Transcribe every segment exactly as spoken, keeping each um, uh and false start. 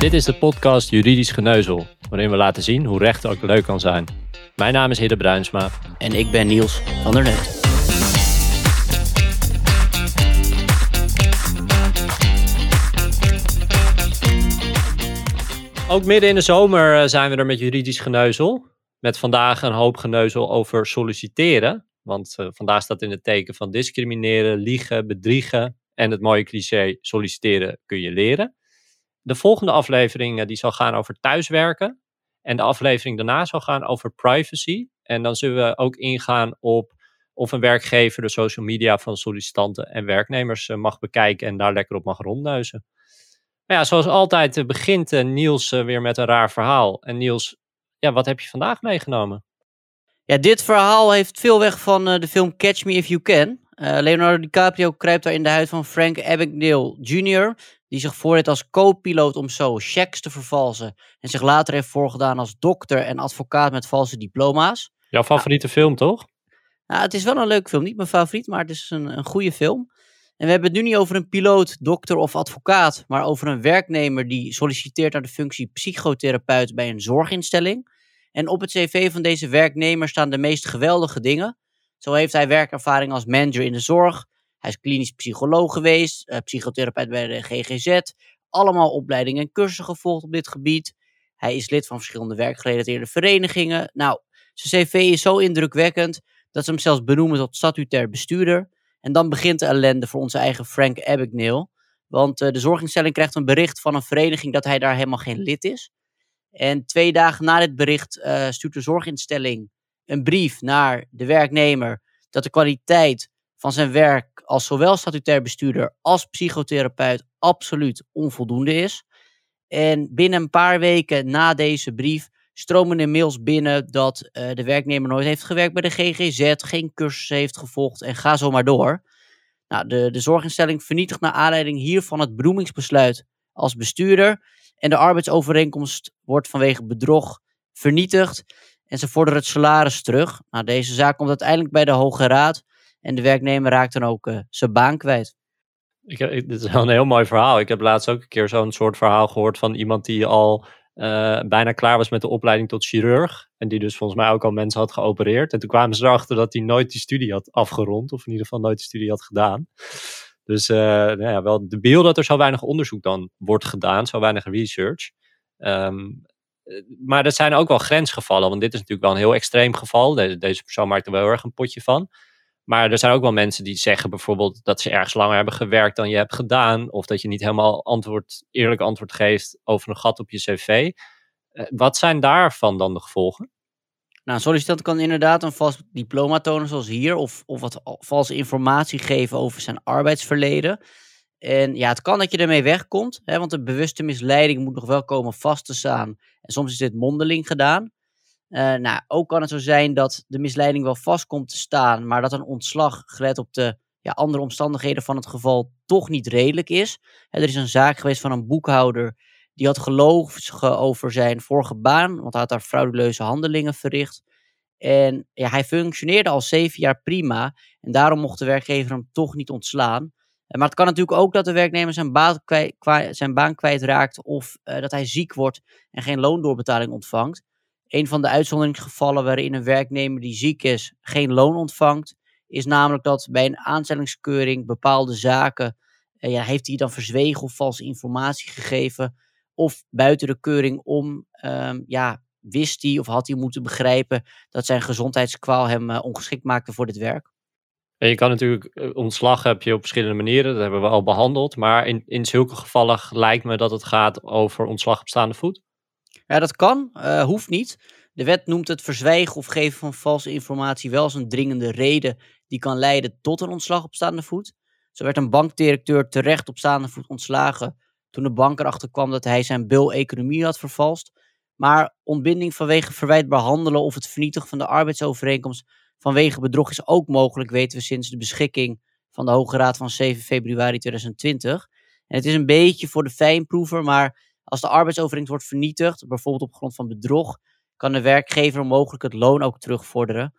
Dit is de podcast Juridisch Geneuzel, waarin we laten zien hoe recht ook leuk kan zijn. Mijn naam is Hidde Bruinsma. En ik ben Niels van der Neut. Ook midden in de zomer zijn we er met Juridisch Geneuzel. Met vandaag een hoop geneuzel over solliciteren. Want uh, vandaag staat in het teken van discrimineren, liegen, bedriegen en het mooie cliché solliciteren kun je leren. De volgende aflevering uh, die zal gaan over thuiswerken. En de aflevering daarna zal gaan over privacy. En dan zullen we ook ingaan op of een werkgever de social media van sollicitanten en werknemers uh, mag bekijken en daar lekker op mag rondneuzen. Nou ja, zoals altijd uh, begint uh, Niels uh, weer met een raar verhaal. En Niels, ja, wat heb je vandaag meegenomen? Ja, dit verhaal heeft veel weg van uh, de film Catch Me If You Can. Uh, Leonardo DiCaprio kruipt daar in de huid van Frank Abagnale junior, die zich voordeed als co-piloot om zo checks te vervalsen en zich later heeft voorgedaan als dokter en advocaat met valse diploma's. Jouw favoriete nou, film, toch? Nou, het is wel een leuke film. Niet mijn favoriet, maar het is een, een goede film. En we hebben het nu niet over een piloot, dokter of advocaat, maar over een werknemer die solliciteert naar de functie psychotherapeut bij een zorginstelling. En op het cv van deze werknemer staan de meest geweldige dingen. Zo heeft hij werkervaring als manager in de zorg. Hij is klinisch psycholoog geweest, uh, psychotherapeut bij de G G Z. Allemaal opleidingen en cursussen gevolgd op dit gebied. Hij is lid van verschillende werkgerelateerde verenigingen. Nou, zijn cv is zo indrukwekkend dat ze hem zelfs benoemen tot statutair bestuurder. En dan begint de ellende voor onze eigen Frank Abagnale. Want uh, de zorginstelling krijgt een bericht van een vereniging dat hij daar helemaal geen lid is. En twee dagen na dit bericht uh, stuurt de zorginstelling een brief naar de werknemer dat de kwaliteit van zijn werk als zowel statutair bestuurder als psychotherapeut absoluut onvoldoende is. En binnen een paar weken na deze brief stromen er mails binnen dat uh, de werknemer nooit heeft gewerkt bij de G G Z, geen cursus heeft gevolgd en ga zo maar door. Nou, de, de zorginstelling vernietigt naar aanleiding hiervan het benoemingsbesluit als bestuurder. En de arbeidsovereenkomst wordt vanwege bedrog vernietigd. En ze vorderen het salaris terug. Nou, deze zaak komt uiteindelijk bij de Hoge Raad. En de werknemer raakt dan ook uh, zijn baan kwijt. Ik, ik, dit is wel een heel mooi verhaal. Ik heb laatst ook een keer zo'n soort verhaal gehoord van iemand die al uh, bijna klaar was met de opleiding tot chirurg. En die dus volgens mij ook al mensen had geopereerd. En toen kwamen ze erachter dat hij nooit die studie had afgerond. Of in ieder geval nooit die studie had gedaan. Dus uh, nou ja, wel debiel dat er zo weinig onderzoek dan wordt gedaan. Zo weinig research. Um, maar er zijn ook wel grensgevallen. Want dit is natuurlijk wel een heel extreem geval. De, deze persoon maakt er wel heel erg een potje van. Maar er zijn ook wel mensen die zeggen bijvoorbeeld dat ze ergens langer hebben gewerkt dan je hebt gedaan. Of dat je niet helemaal antwoord, eerlijk antwoord geeft over een gat op je cv. Uh, wat zijn daarvan dan de gevolgen? Nou, een sollicitant kan inderdaad een vals diploma tonen zoals hier. Of, of wat valse informatie geven over zijn arbeidsverleden. En ja, het kan dat je ermee wegkomt. Hè, want de bewuste misleiding moet nog wel komen vast te staan. En soms is dit mondeling gedaan. Uh, nou, ook kan het zo zijn dat de misleiding wel vast komt te staan, maar dat een ontslag, gelet op de ja, andere omstandigheden van het geval, toch niet redelijk is. Hè, er is een zaak geweest van een boekhouder die had gelogen over zijn vorige baan, want hij had daar frauduleuze handelingen verricht. En ja, hij functioneerde al zeven jaar prima en daarom mocht de werkgever hem toch niet ontslaan. Maar het kan natuurlijk ook dat de werknemer zijn baan, kwijt, kwijt, zijn baan kwijtraakt of uh, dat hij ziek wordt en geen loondoorbetaling ontvangt. Een van de uitzonderingsgevallen waarin een werknemer die ziek is geen loon ontvangt, is namelijk dat bij een aanstellingskeuring bepaalde zaken, uh, ja, heeft hij dan verzwegen of valse informatie gegeven, of buiten de keuring om, um, ja, wist hij of had hij moeten begrijpen dat zijn gezondheidskwaal hem uh, ongeschikt maakte voor dit werk. En je kan natuurlijk, ontslag heb je op verschillende manieren, dat hebben we al behandeld, maar in, in zulke gevallen lijkt me dat het gaat over ontslag op staande voet. Ja, dat kan, uh, hoeft niet. De wet noemt het verzwijgen of geven van valse informatie wel als een dringende reden die kan leiden tot een ontslag op staande voet. Zo werd een bankdirecteur terecht op staande voet ontslagen toen de bank erachter kwam dat hij zijn bul economie had vervalst. Maar ontbinding vanwege verwijtbaar handelen of het vernietigen van de arbeidsovereenkomst vanwege bedrog is ook mogelijk, weten we sinds de beschikking van de Hoge Raad van zeven februari tweeduizend twintig. En het is een beetje voor de fijnproever, maar als de arbeidsovereenkomst wordt vernietigd, bijvoorbeeld op grond van bedrog, kan de werkgever mogelijk het loon ook terugvorderen.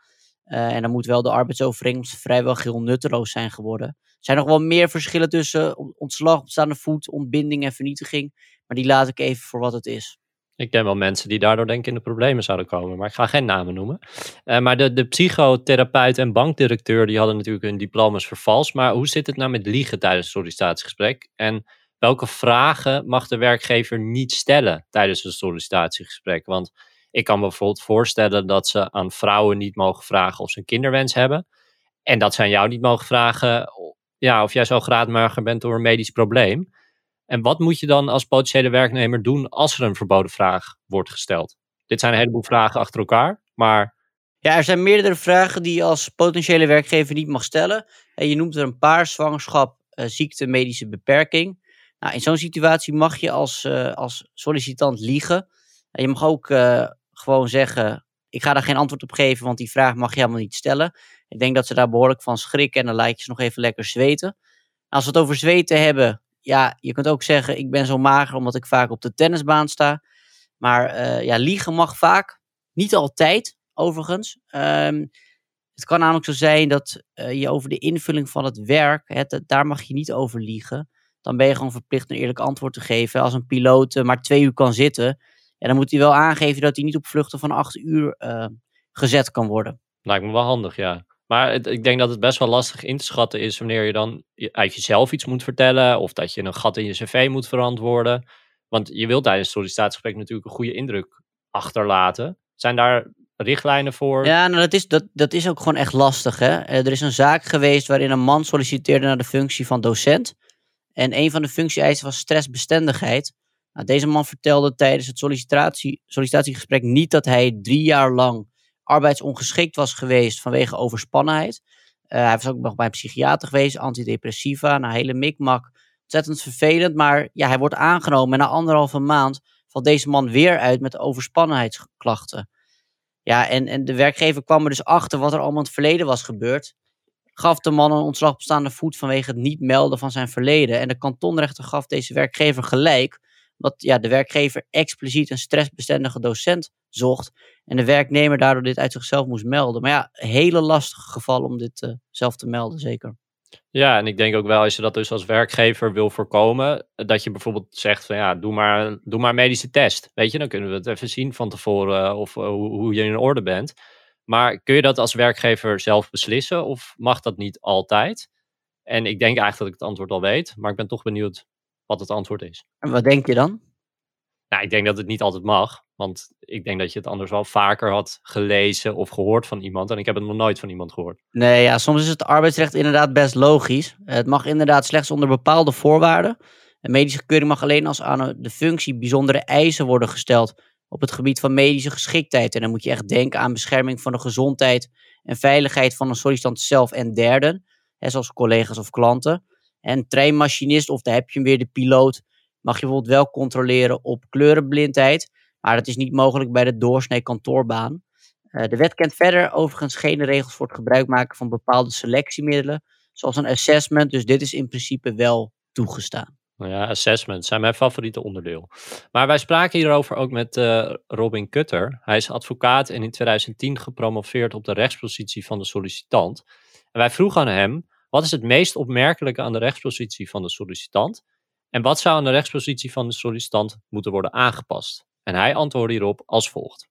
Uh, en dan moet wel de arbeidsovereenkomst vrijwel geheel nutteloos zijn geworden. Er zijn nog wel meer verschillen tussen ontslag op staande voet, ontbinding en vernietiging. Maar die laat ik even voor wat het is. Ik ken wel mensen die daardoor denk ik in de problemen zouden komen. Maar ik ga geen namen noemen. Uh, maar de, de psychotherapeut en bankdirecteur die hadden natuurlijk hun diploma's vervalst. Maar hoe zit het nou met liegen tijdens het sollicitatiegesprek? En welke vragen mag de werkgever niet stellen tijdens een sollicitatiegesprek? Want ik kan me bijvoorbeeld voorstellen dat ze aan vrouwen niet mogen vragen of ze een kinderwens hebben. En dat ze aan jou niet mogen vragen ja, of jij zo graadmager bent door een medisch probleem. En wat moet je dan als potentiële werknemer doen als er een verboden vraag wordt gesteld? Dit zijn een heleboel vragen achter elkaar, maar... Ja, er zijn meerdere vragen die je als potentiële werkgever niet mag stellen. En je noemt er een paar: zwangerschap, uh, ziekte, medische beperking. Nou, in zo'n situatie mag je als, uh, als sollicitant liegen. En je mag ook uh, gewoon zeggen: ik ga daar geen antwoord op geven, want die vraag mag je helemaal niet stellen. Ik denk dat ze daar behoorlijk van schrikken en dan laat je ze nog even lekker zweten. Als we het over zweten hebben, ja, je kunt ook zeggen: ik ben zo mager omdat ik vaak op de tennisbaan sta. Maar uh, ja, liegen mag vaak, niet altijd overigens. Um, het kan namelijk zo zijn dat uh, je over de invulling van het werk, het, daar mag je niet over liegen. Dan ben je gewoon verplicht een eerlijk antwoord te geven. Als een piloot uh, maar twee uur kan zitten, ja, dan moet hij wel aangeven dat hij niet op vluchten van acht uur uh, gezet kan worden. Lijkt me wel handig, ja. Maar het, ik denk dat het best wel lastig in te schatten is wanneer je dan uit jezelf iets moet vertellen of dat je een gat in je cv moet verantwoorden. Want je wilt tijdens het sollicitatiegesprek natuurlijk een goede indruk achterlaten. Zijn daar richtlijnen voor? Ja, nou dat, is, dat, dat is ook gewoon echt lastig. Hè? Er is een zaak geweest waarin een man solliciteerde naar de functie van docent. En een van de functie-eisen was stressbestendigheid. Nou, deze man vertelde tijdens het sollicitatie, sollicitatiegesprek niet dat hij drie jaar lang arbeidsongeschikt was geweest vanwege overspannenheid. Uh, hij was ook nog bij een psychiater geweest, antidepressiva, een hele mikmak. Ontzettend vervelend, maar ja, hij wordt aangenomen en na anderhalve maand valt deze man weer uit met overspannenheidsklachten. Ja, en, en de werkgever kwam er dus achter wat er allemaal in het verleden was gebeurd. Gaf de man een ontslag op staande voet vanwege het niet melden van zijn verleden. En de kantonrechter gaf deze werkgever gelijk, omdat ja, de werkgever expliciet een stressbestendige docent zocht en de werknemer daardoor dit uit zichzelf moest melden. Maar ja, hele lastige geval om dit uh, zelf te melden, zeker. Ja, en ik denk ook wel, als je dat dus als werkgever wil voorkomen, dat je bijvoorbeeld zegt van ja, doe maar, doe maar een medische test. Weet je, dan kunnen we het even zien van tevoren of uh, hoe, hoe je in orde bent. Maar kun je dat als werkgever zelf beslissen of mag dat niet altijd? En ik denk eigenlijk dat ik het antwoord al weet, maar ik ben toch benieuwd wat het antwoord is. En wat denk je dan? Nou, ik denk dat het niet altijd mag, want ik denk dat je het anders wel vaker had gelezen of gehoord van iemand. En ik heb het nog nooit van iemand gehoord. Nee, ja, soms is het arbeidsrecht inderdaad best logisch. Het mag inderdaad slechts onder bepaalde voorwaarden. Een medische keuring mag alleen als aan de functie bijzondere eisen worden gesteld op het gebied van medische geschiktheid. En dan moet je echt denken aan bescherming van de gezondheid en veiligheid van een sollicitant zelf en derden, hè, zoals collega's of klanten. En treinmachinist, of daar heb je hem weer, de piloot, mag je bijvoorbeeld wel controleren op kleurenblindheid, maar dat is niet mogelijk bij de doorsnee kantoorbaan. Uh, de wet kent verder overigens geen regels voor het gebruik maken van bepaalde selectiemiddelen, zoals een assessment, dus dit is in principe wel toegestaan. Ja, assessments zijn mijn favoriete onderdeel. Maar wij spraken hierover ook met uh, Robin Kutter. Hij is advocaat en in tweeduizend tien gepromoveerd op de rechtspositie van de sollicitant. En wij vroegen aan hem, wat is het meest opmerkelijke aan de rechtspositie van de sollicitant? En wat zou aan de rechtspositie van de sollicitant moeten worden aangepast? En hij antwoordde hierop als volgt.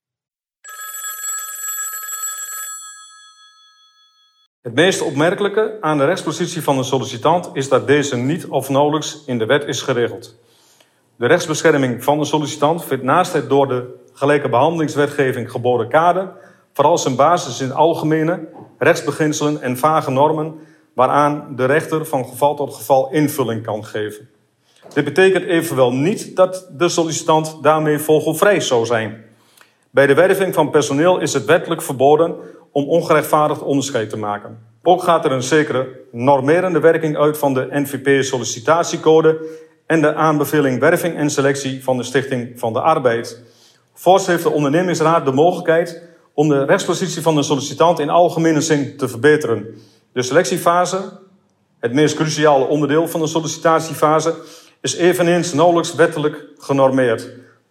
Het meest opmerkelijke aan de rechtspositie van de sollicitant is dat deze niet of nauwelijks in de wet is geregeld. De rechtsbescherming van de sollicitant vindt naast het door de gelijke behandelingswetgeving geboden kader vooral zijn basis in algemene rechtsbeginselen en vage normen waaraan de rechter van geval tot geval invulling kan geven. Dit betekent evenwel niet dat de sollicitant daarmee vogelvrij zou zijn. Bij de werving van personeel is het wettelijk verboden om ongerechtvaardigd onderscheid te maken. Ook gaat er een zekere normerende werking uit van de N V P-sollicitatiecode en de aanbeveling werving en selectie van de Stichting van de Arbeid. Voorts heeft de ondernemingsraad de mogelijkheid om de rechtspositie van de sollicitant in algemene zin te verbeteren. De selectiefase, het meest cruciale onderdeel van de sollicitatiefase, is eveneens nauwelijks wettelijk genormeerd.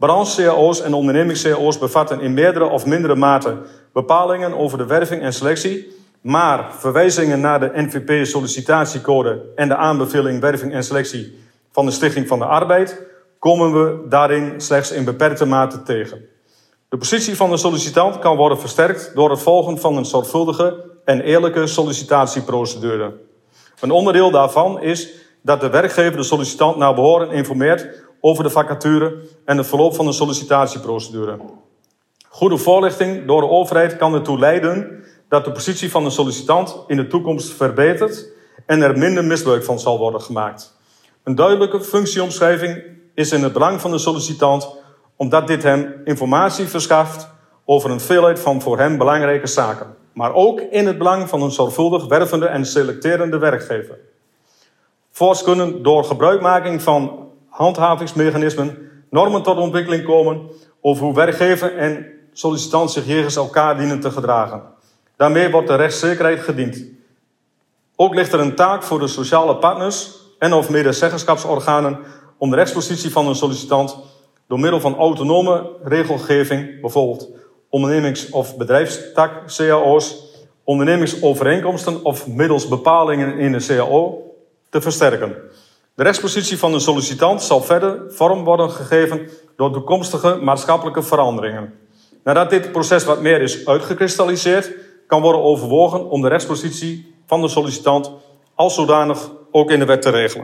Branche-C A O's en ondernemings-C A O's bevatten in meerdere of mindere mate bepalingen over de werving en selectie, maar verwijzingen naar de N V P-sollicitatiecode en de aanbeveling werving en selectie van de Stichting van de Arbeid komen we daarin slechts in beperkte mate tegen. De positie van de sollicitant kan worden versterkt door het volgen van een zorgvuldige en eerlijke sollicitatieprocedure. Een onderdeel daarvan is dat de werkgever de sollicitant naar behoren informeert over de vacature en het verloop van de sollicitatieprocedure. Goede voorlichting door de overheid kan ertoe leiden dat de positie van de sollicitant in de toekomst verbetert en er minder misbruik van zal worden gemaakt. Een duidelijke functieomschrijving is in het belang van de sollicitant, omdat dit hem informatie verschaft over een veelheid van voor hem belangrijke zaken, maar ook in het belang van een zorgvuldig wervende en selecterende werkgever. Voorts kunnen door gebruikmaking van handhavingsmechanismen normen tot ontwikkeling komen over hoe werkgever en sollicitant zich jegens elkaar dienen te gedragen. Daarmee wordt de rechtszekerheid gediend. Ook ligt er een taak voor de sociale partners en of medezeggenschapsorganen om de rechtspositie van een sollicitant door middel van autonome regelgeving, bijvoorbeeld ondernemings- of bedrijfstak-C A O's, ondernemingsovereenkomsten of middels bepalingen in de C A O te versterken. De rechtspositie van de sollicitant zal verder vorm worden gegeven door toekomstige maatschappelijke veranderingen. Nadat dit proces wat meer is uitgekristalliseerd, kan worden overwogen om de rechtspositie van de sollicitant als zodanig ook in de wet te regelen.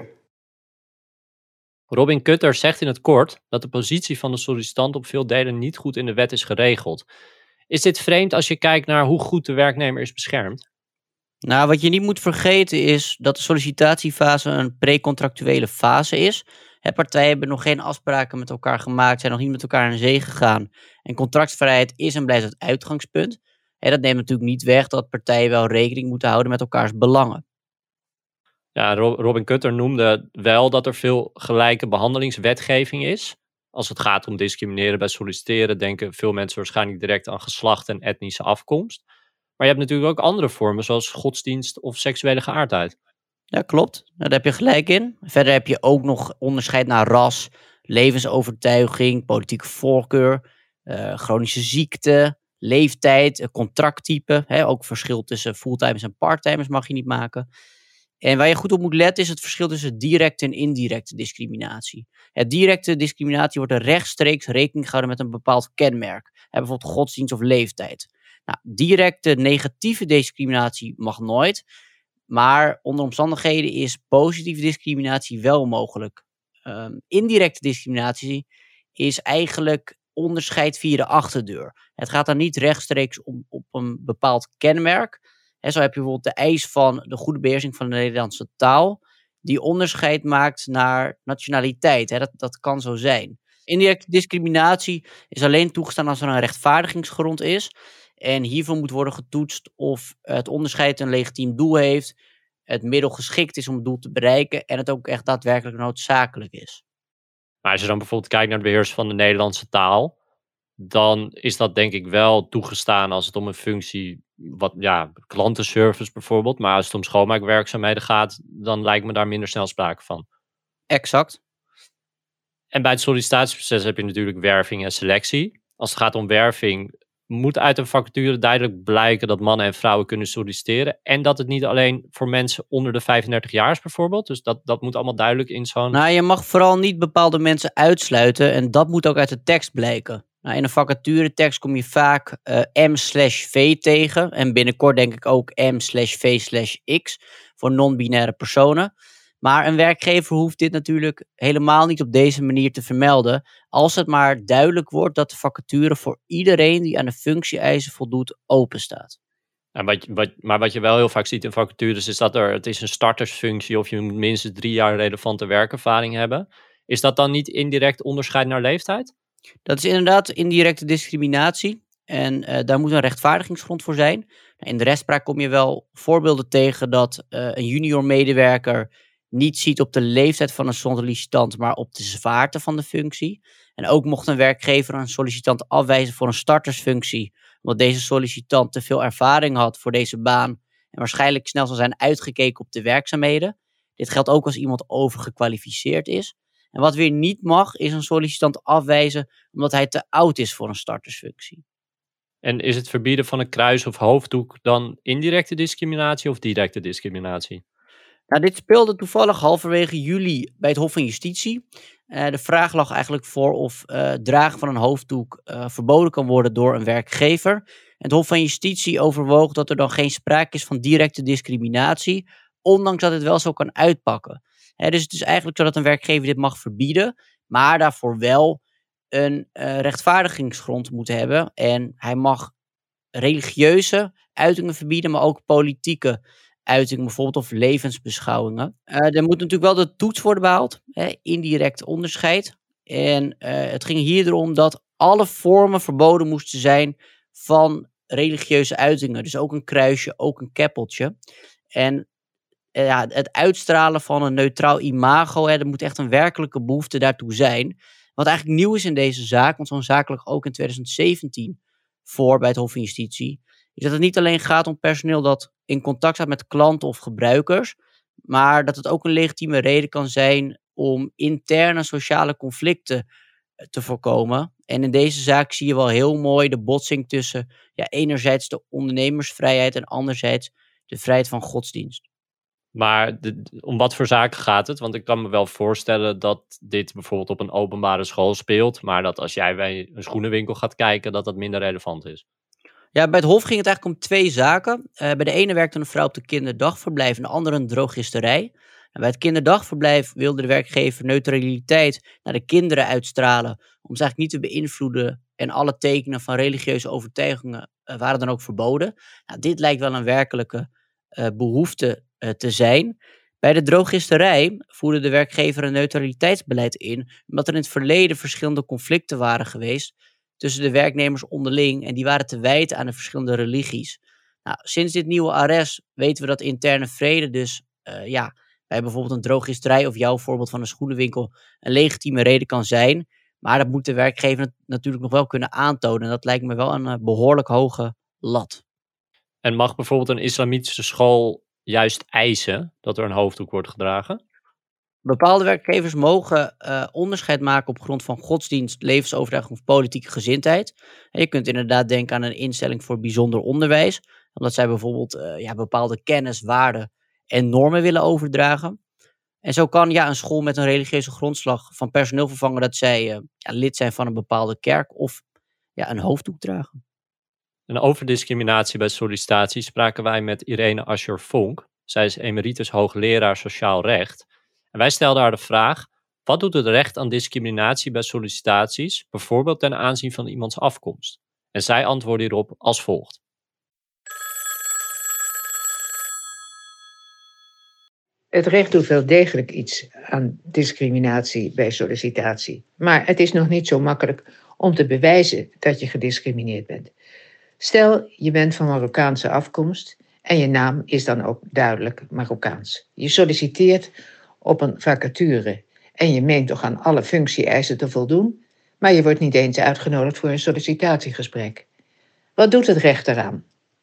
Robin Kutter zegt in het kort dat de positie van de sollicitant op veel delen niet goed in de wet is geregeld. Is dit vreemd als je kijkt naar hoe goed de werknemer is beschermd? Nou, wat je niet moet vergeten is dat de sollicitatiefase een precontractuele fase is. Hè, partijen hebben nog geen afspraken met elkaar gemaakt, zijn nog niet met elkaar in zee gegaan. En contractvrijheid is en blijft het uitgangspunt. Hè, dat neemt natuurlijk niet weg dat partijen wel rekening moeten houden met elkaars belangen. Ja, Robin Kutter noemde wel dat er veel gelijke behandelingswetgeving is. Als het gaat om discrimineren bij solliciteren, denken veel mensen waarschijnlijk direct aan geslacht en etnische afkomst. Maar je hebt natuurlijk ook andere vormen, zoals godsdienst of seksuele geaardheid. Ja, klopt. Nou, daar heb je gelijk in. Verder heb je ook nog onderscheid naar ras, levensovertuiging, politieke voorkeur, uh, chronische ziekte, leeftijd, contracttype. Hè, ook verschil tussen fulltimers en parttimers mag je niet maken. En waar je goed op moet letten is het verschil tussen directe en indirecte discriminatie. Het directe discriminatie wordt er rechtstreeks rekening gehouden met een bepaald kenmerk. Hè, bijvoorbeeld godsdienst of leeftijd. Nou, directe negatieve discriminatie mag nooit. Maar onder omstandigheden is positieve discriminatie wel mogelijk. Um, indirecte discriminatie is eigenlijk onderscheid via de achterdeur. Het gaat dan niet rechtstreeks om op een bepaald kenmerk. He, zo heb je bijvoorbeeld de eis van de goede beheersing van de Nederlandse taal, die onderscheid maakt naar nationaliteit. He, dat, dat kan zo zijn. Indirecte discriminatie is alleen toegestaan als er een rechtvaardigingsgrond is. En hiervoor moet worden getoetst of het onderscheid een legitiem doel heeft, het middel geschikt is om het doel te bereiken en het ook echt daadwerkelijk noodzakelijk is. Maar als je dan bijvoorbeeld kijkt naar de beheersing van de Nederlandse taal, dan is dat denk ik wel toegestaan als het om een functie, wat ja, klantenservice bijvoorbeeld, maar als het om schoonmaakwerkzaamheden gaat, dan lijkt me daar minder snel sprake van. Exact. En bij het sollicitatieproces heb je natuurlijk werving en selectie. Als het gaat om werving, moet uit een vacature duidelijk blijken dat mannen en vrouwen kunnen solliciteren. En dat het niet alleen voor mensen onder de vijfendertig jaar is bijvoorbeeld. Dus dat, dat moet allemaal duidelijk in zo'n... Nou, je mag vooral niet bepaalde mensen uitsluiten. En dat moet ook uit de tekst blijken. Nou, in een vacaturetekst kom je vaak uh, M slash V tegen. En binnenkort denk ik ook M slash V slash X voor non-binaire personen. Maar een werkgever hoeft dit natuurlijk helemaal niet op deze manier te vermelden, als het maar duidelijk wordt dat de vacature voor iedereen die aan de functie-eisen voldoet open staat. En wat, wat, maar wat je wel heel vaak ziet in vacatures is dat er, het is een startersfunctie of je moet minstens drie jaar relevante werkervaring hebben. Is dat dan niet indirect onderscheid naar leeftijd? Dat is inderdaad indirecte discriminatie en uh, daar moet een rechtvaardigingsgrond voor zijn. In de rechtspraak kom je wel voorbeelden tegen dat uh, een junior medewerker niet ziet op de leeftijd van een sollicitant, maar op de zwaarte van de functie. En ook mocht een werkgever een sollicitant afwijzen voor een startersfunctie, omdat deze sollicitant te veel ervaring had voor deze baan en waarschijnlijk snel zal zijn uitgekeken op de werkzaamheden. Dit geldt ook als iemand overgekwalificeerd is. En wat weer niet mag, is een sollicitant afwijzen omdat hij te oud is voor een startersfunctie. En is het verbieden van een kruis of hoofddoek dan indirecte discriminatie of directe discriminatie? Nou, dit speelde toevallig halverwege juli bij het Hof van Justitie. Uh, de vraag lag eigenlijk voor of uh, het dragen van een hoofddoek uh, verboden kan worden door een werkgever. En het Hof van Justitie overwoog dat er dan geen sprake is van directe discriminatie, ondanks dat het wel zo kan uitpakken. He, dus het is eigenlijk zo dat een werkgever dit mag verbieden, maar daarvoor wel een uh, rechtvaardigingsgrond moet hebben. En hij mag religieuze uitingen verbieden, maar ook politieke uitingen, bijvoorbeeld, of levensbeschouwingen. Uh, er moet natuurlijk wel de toets worden behaald, hè, indirect onderscheid. En uh, het ging hier erom dat alle vormen verboden moesten zijn van religieuze uitingen. Dus ook een kruisje, ook een keppeltje. En uh, ja, het uitstralen van een neutraal imago, hè, er moet echt een werkelijke behoefte daartoe zijn. Wat eigenlijk nieuw is in deze zaak, want zo'n zaak lag ook in twintig zeventien voor bij het Hof van Justitie, is dat het niet alleen gaat om personeel dat in contact staat met klanten of gebruikers, maar dat het ook een legitieme reden kan zijn om interne sociale conflicten te voorkomen. En in deze zaak zie je wel heel mooi de botsing tussen ja, enerzijds de ondernemersvrijheid en anderzijds de vrijheid van godsdienst. Maar de, om wat voor zaken gaat het? Want ik kan me wel voorstellen dat dit bijvoorbeeld op een openbare school speelt, maar dat als jij bij een schoenenwinkel gaat kijken, dat dat minder relevant is. Ja, bij het Hof ging het eigenlijk om twee zaken. Uh, bij de ene werkte een vrouw op de kinderdagverblijf en de andere een drogisterij. En bij het kinderdagverblijf wilde de werkgever neutraliteit naar de kinderen uitstralen, om ze eigenlijk niet te beïnvloeden, en alle tekenen van religieuze overtuigingen uh, waren dan ook verboden. Nou, dit lijkt wel een werkelijke uh, behoefte uh, te zijn. Bij de drogisterij voerde de werkgever een neutraliteitsbeleid in, omdat er in het verleden verschillende conflicten waren geweest tussen de werknemers onderling, en die waren te wijten aan de verschillende religies. Nou, sinds dit nieuwe arrest weten we dat interne vrede dus uh, ja, bij bijvoorbeeld een drogisterij of jouw voorbeeld van een schoenenwinkel een legitieme reden kan zijn. Maar dat moet de werkgever natuurlijk nog wel kunnen aantonen. En dat lijkt me wel een uh, behoorlijk hoge lat. En mag bijvoorbeeld een islamitische school juist eisen dat er een hoofddoek wordt gedragen? Bepaalde werkgevers mogen uh, onderscheid maken op grond van godsdienst, levensovertuiging of politieke gezindheid. En je kunt inderdaad denken aan een instelling voor bijzonder onderwijs, omdat zij bijvoorbeeld uh, ja, bepaalde kennis, waarden en normen willen overdragen. En zo kan ja, een school met een religieuze grondslag van personeel vervangen dat zij uh, ja, lid zijn van een bepaalde kerk of ja, een hoofddoek dragen. En over discriminatie bij sollicitatie spraken wij met Irene Ascher-Vonk. Zij is emeritus hoogleraar sociaal recht. En wij stelden haar de vraag: wat doet het recht aan discriminatie bij sollicitaties, bijvoorbeeld ten aanzien van iemands afkomst? En zij antwoordde hierop als volgt. Het recht doet wel degelijk iets aan discriminatie bij sollicitatie. Maar het is nog niet zo makkelijk om te bewijzen dat je gediscrimineerd bent. Stel, je bent van Marokkaanse afkomst en je naam is dan ook duidelijk Marokkaans. Je solliciteert op een vacature en je meent toch aan alle functie-eisen te voldoen, maar je wordt niet eens uitgenodigd voor een sollicitatiegesprek. Wat doet het recht eraan?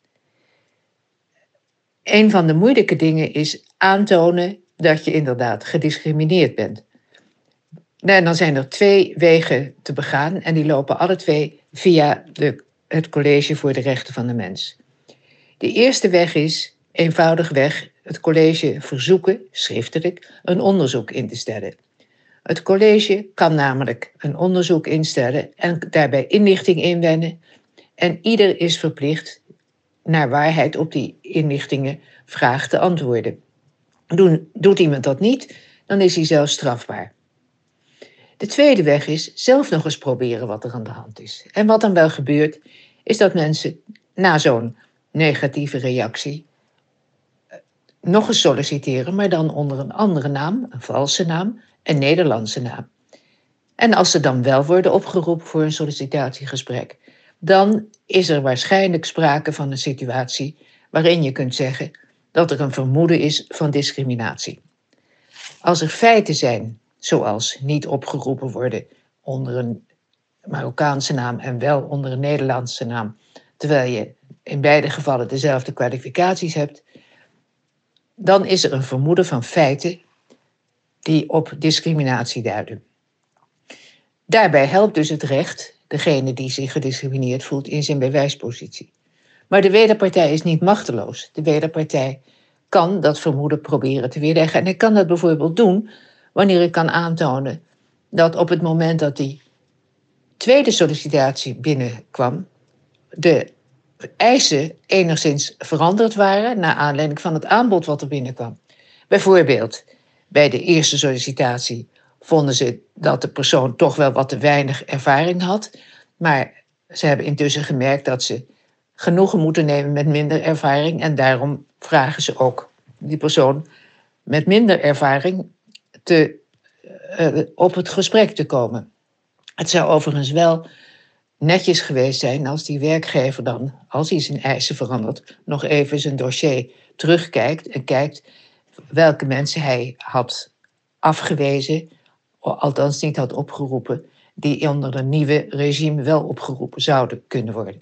Een van de moeilijke dingen is aantonen dat je inderdaad gediscrimineerd bent. En dan zijn er twee wegen te begaan en die lopen alle twee via de, het College voor de Rechten van de Mens. De eerste weg is eenvoudigweg het college verzoeken, schriftelijk, een onderzoek in te stellen. Het college kan namelijk een onderzoek instellen en daarbij inlichting inwinnen en ieder is verplicht naar waarheid op die inlichtingen vraagt te antwoorden. Doen, doet iemand dat niet, dan is hij zelf strafbaar. De tweede weg is zelf nog eens proberen wat er aan de hand is. En wat dan wel gebeurt, is dat mensen na zo'n negatieve reactie nog eens solliciteren, maar dan onder een andere naam, een valse naam, een Nederlandse naam. En als ze dan wel worden opgeroepen voor een sollicitatiegesprek, dan is er waarschijnlijk sprake van een situatie waarin je kunt zeggen dat er een vermoeden is van discriminatie. Als er feiten zijn, zoals niet opgeroepen worden onder een Marokkaanse naam en wel onder een Nederlandse naam, terwijl je in beide gevallen dezelfde kwalificaties hebt, dan is er een vermoeden van feiten die op discriminatie duiden. Daarbij helpt dus het recht degene die zich gediscrimineerd voelt in zijn bewijspositie. Maar de wederpartij is niet machteloos. De wederpartij kan dat vermoeden proberen te weerleggen. En hij kan dat bijvoorbeeld doen wanneer ik kan aantonen dat op het moment dat die tweede sollicitatie binnenkwam, de eisen enigszins veranderd waren naar aanleiding van het aanbod wat er binnenkwam. Bijvoorbeeld, bij de eerste sollicitatie vonden ze dat de persoon toch wel wat te weinig ervaring had, maar ze hebben intussen gemerkt dat ze genoegen moeten nemen met minder ervaring en daarom vragen ze ook die persoon met minder ervaring te, uh, op het gesprek te komen. Het zou overigens wel netjes geweest zijn als die werkgever dan, als hij zijn eisen verandert, nog even zijn dossier terugkijkt en kijkt welke mensen hij had afgewezen, althans niet had opgeroepen, die onder een nieuwe regime wel opgeroepen zouden kunnen worden.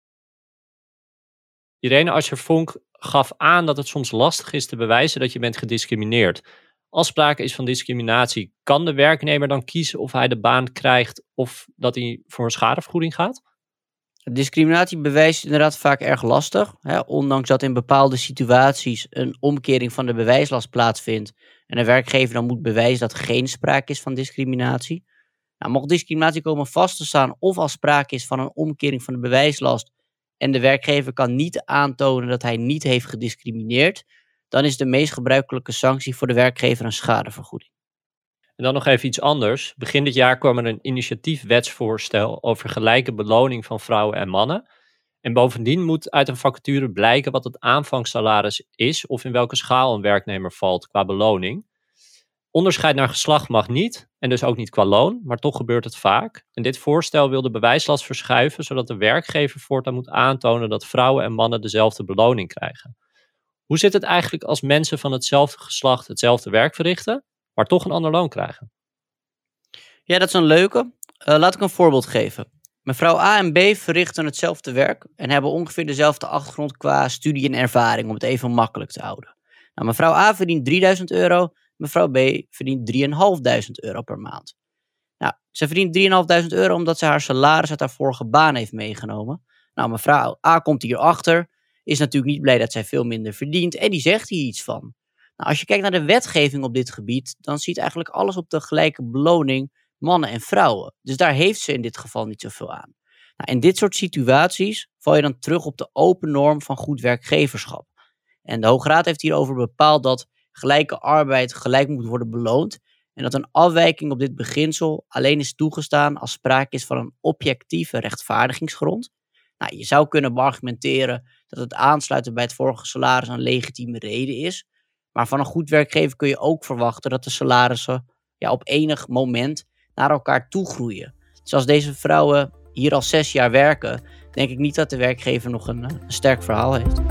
Irene Asscher-Vonk gaf aan dat het soms lastig is te bewijzen dat je bent gediscrimineerd. Als sprake is van discriminatie, kan de werknemer dan kiezen of hij de baan krijgt of dat hij voor een schadevergoeding gaat? Discriminatiebewijs is inderdaad vaak erg lastig. Hè, ondanks dat in bepaalde situaties een omkering van de bewijslast plaatsvindt en een werkgever dan moet bewijzen dat er geen sprake is van discriminatie. Nou, mocht discriminatie komen vast te staan of als sprake is van een omkering van de bewijslast en de werkgever kan niet aantonen dat hij niet heeft gediscrimineerd, dan is de meest gebruikelijke sanctie voor de werkgever een schadevergoeding. En dan nog even iets anders. Begin dit jaar kwam er een initiatiefwetsvoorstel over gelijke beloning van vrouwen en mannen. En bovendien moet uit een vacature blijken wat het aanvangssalaris is of in welke schaal een werknemer valt qua beloning. Onderscheid naar geslacht mag niet en dus ook niet qua loon, maar toch gebeurt het vaak. En dit voorstel wil de bewijslast verschuiven zodat de werkgever voortaan moet aantonen dat vrouwen en mannen dezelfde beloning krijgen. Hoe zit het eigenlijk als mensen van hetzelfde geslacht hetzelfde werk verrichten, maar toch een ander loon krijgen? Ja, dat is een leuke. Uh, laat ik een voorbeeld geven. Mevrouw A en B verrichten hetzelfde werk en hebben ongeveer dezelfde achtergrond qua studie en ervaring, om het even makkelijk te houden. Nou, mevrouw A verdient drieduizend euro, mevrouw B verdient drieduizend euro per maand. Nou, ze verdient drieduizend euro omdat ze haar salaris uit haar vorige baan heeft meegenomen. Nou, mevrouw A komt hierachter, is natuurlijk niet blij dat zij veel minder verdient en die zegt hier iets van. Nou, als je kijkt naar de wetgeving op dit gebied, dan ziet eigenlijk alles op de gelijke beloning mannen en vrouwen. Dus daar heeft ze in dit geval niet zoveel aan. Nou, in dit soort situaties val je dan terug op de open norm van goed werkgeverschap. En de Hoge Raad heeft hierover bepaald dat gelijke arbeid gelijk moet worden beloond en dat een afwijking op dit beginsel alleen is toegestaan als sprake is van een objectieve rechtvaardigingsgrond. Nou, je zou kunnen beargumenteren dat het aansluiten bij het vorige salaris een legitieme reden is. Maar van een goed werkgever kun je ook verwachten dat de salarissen ja, op enig moment naar elkaar toe groeien. Dus als deze vrouwen hier al zes jaar werken, denk ik niet dat de werkgever nog een, een sterk verhaal heeft.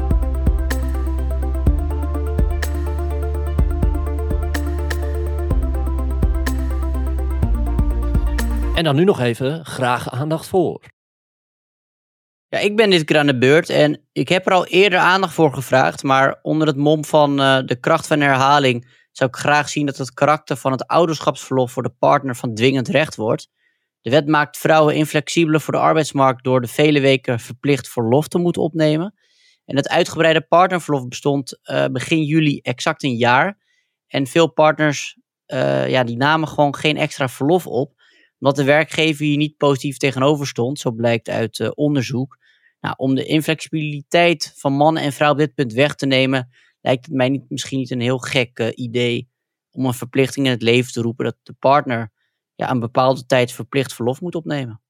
En dan nu nog even graag aandacht voor. Ja, ik ben dit keer aan de beurt en ik heb er al eerder aandacht voor gevraagd, maar onder het mom van uh, de kracht van herhaling zou ik graag zien dat het karakter van het ouderschapsverlof voor de partner van dwingend recht wordt. De wet maakt vrouwen inflexibeler voor de arbeidsmarkt door de vele weken verplicht verlof te moeten opnemen. En het uitgebreide partnerverlof bestond uh, begin juli exact een jaar. En veel partners uh, ja, die namen gewoon geen extra verlof op, omdat de werkgever hier niet positief tegenover stond, zo blijkt uit uh, onderzoek. Nou, om de inflexibiliteit van mannen en vrouwen op dit punt weg te nemen, lijkt het mij niet, misschien niet een heel gek uh, idee om een verplichting in het leven te roepen dat de partner ja, een bepaalde tijd verplicht verlof moet opnemen.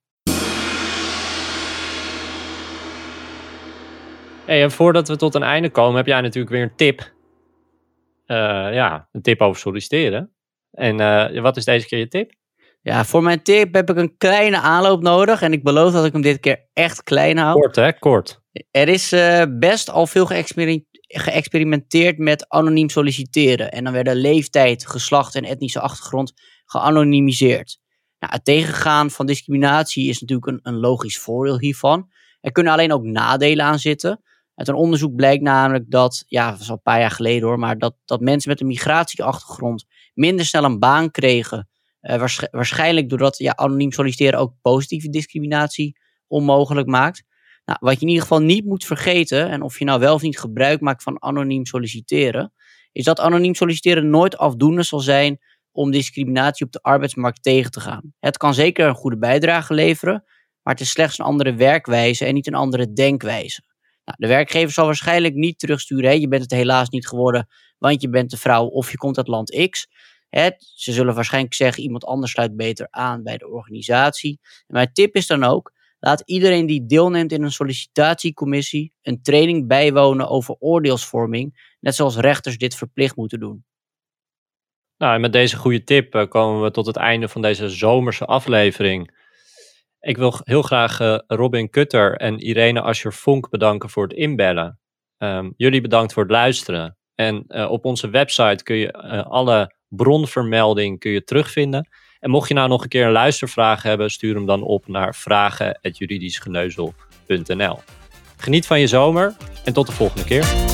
Hey, en voordat we tot een einde komen, heb jij natuurlijk weer een tip. Uh, ja, een tip over solliciteren. En uh, wat is deze keer je tip? Ja, voor mijn tip heb ik een kleine aanloop nodig en ik beloof dat ik hem dit keer echt klein hou. Kort hè, kort. Er is uh, best al veel geëxperi- geëxperimenteerd met anoniem solliciteren. En dan werden leeftijd, geslacht en etnische achtergrond geanonimiseerd. Nou, het tegengaan van discriminatie is natuurlijk een, een logisch voordeel hiervan. Er kunnen alleen ook nadelen aan zitten. Uit een onderzoek blijkt namelijk dat, ja, dat was al een paar jaar geleden hoor, maar dat, dat mensen met een migratieachtergrond minder snel een baan kregen. Uh, waarsch- waarschijnlijk doordat ja, anoniem solliciteren ook positieve discriminatie onmogelijk maakt. Nou, wat je in ieder geval niet moet vergeten, en of je nou wel of niet gebruik maakt van anoniem solliciteren, is dat anoniem solliciteren nooit afdoende zal zijn om discriminatie op de arbeidsmarkt tegen te gaan. Het kan zeker een goede bijdrage leveren, maar het is slechts een andere werkwijze en niet een andere denkwijze. Nou, de werkgever zal waarschijnlijk niet terugsturen, hè, je bent het helaas niet geworden, want je bent de vrouw of je komt uit land X. Hè, ze zullen waarschijnlijk zeggen, iemand anders sluit beter aan bij de organisatie. En mijn tip is dan ook, laat iedereen die deelneemt in een sollicitatiecommissie een training bijwonen over oordeelsvorming, net zoals rechters dit verplicht moeten doen. Nou, en met deze goede tip uh, komen we tot het einde van deze zomerse aflevering. Ik wil heel graag uh, Robin Kutter en Irene Ascher-Vonk bedanken voor het inbellen. Um, jullie bedankt voor het luisteren. En uh, op onze website kun je uh, alle bronvermelding kun je terugvinden. En mocht je nou nog een keer een luistervraag hebben, stuur hem dan op naar vragen apenstaartje juridischgeneuzel punt n l. Geniet van je zomer en tot de volgende keer.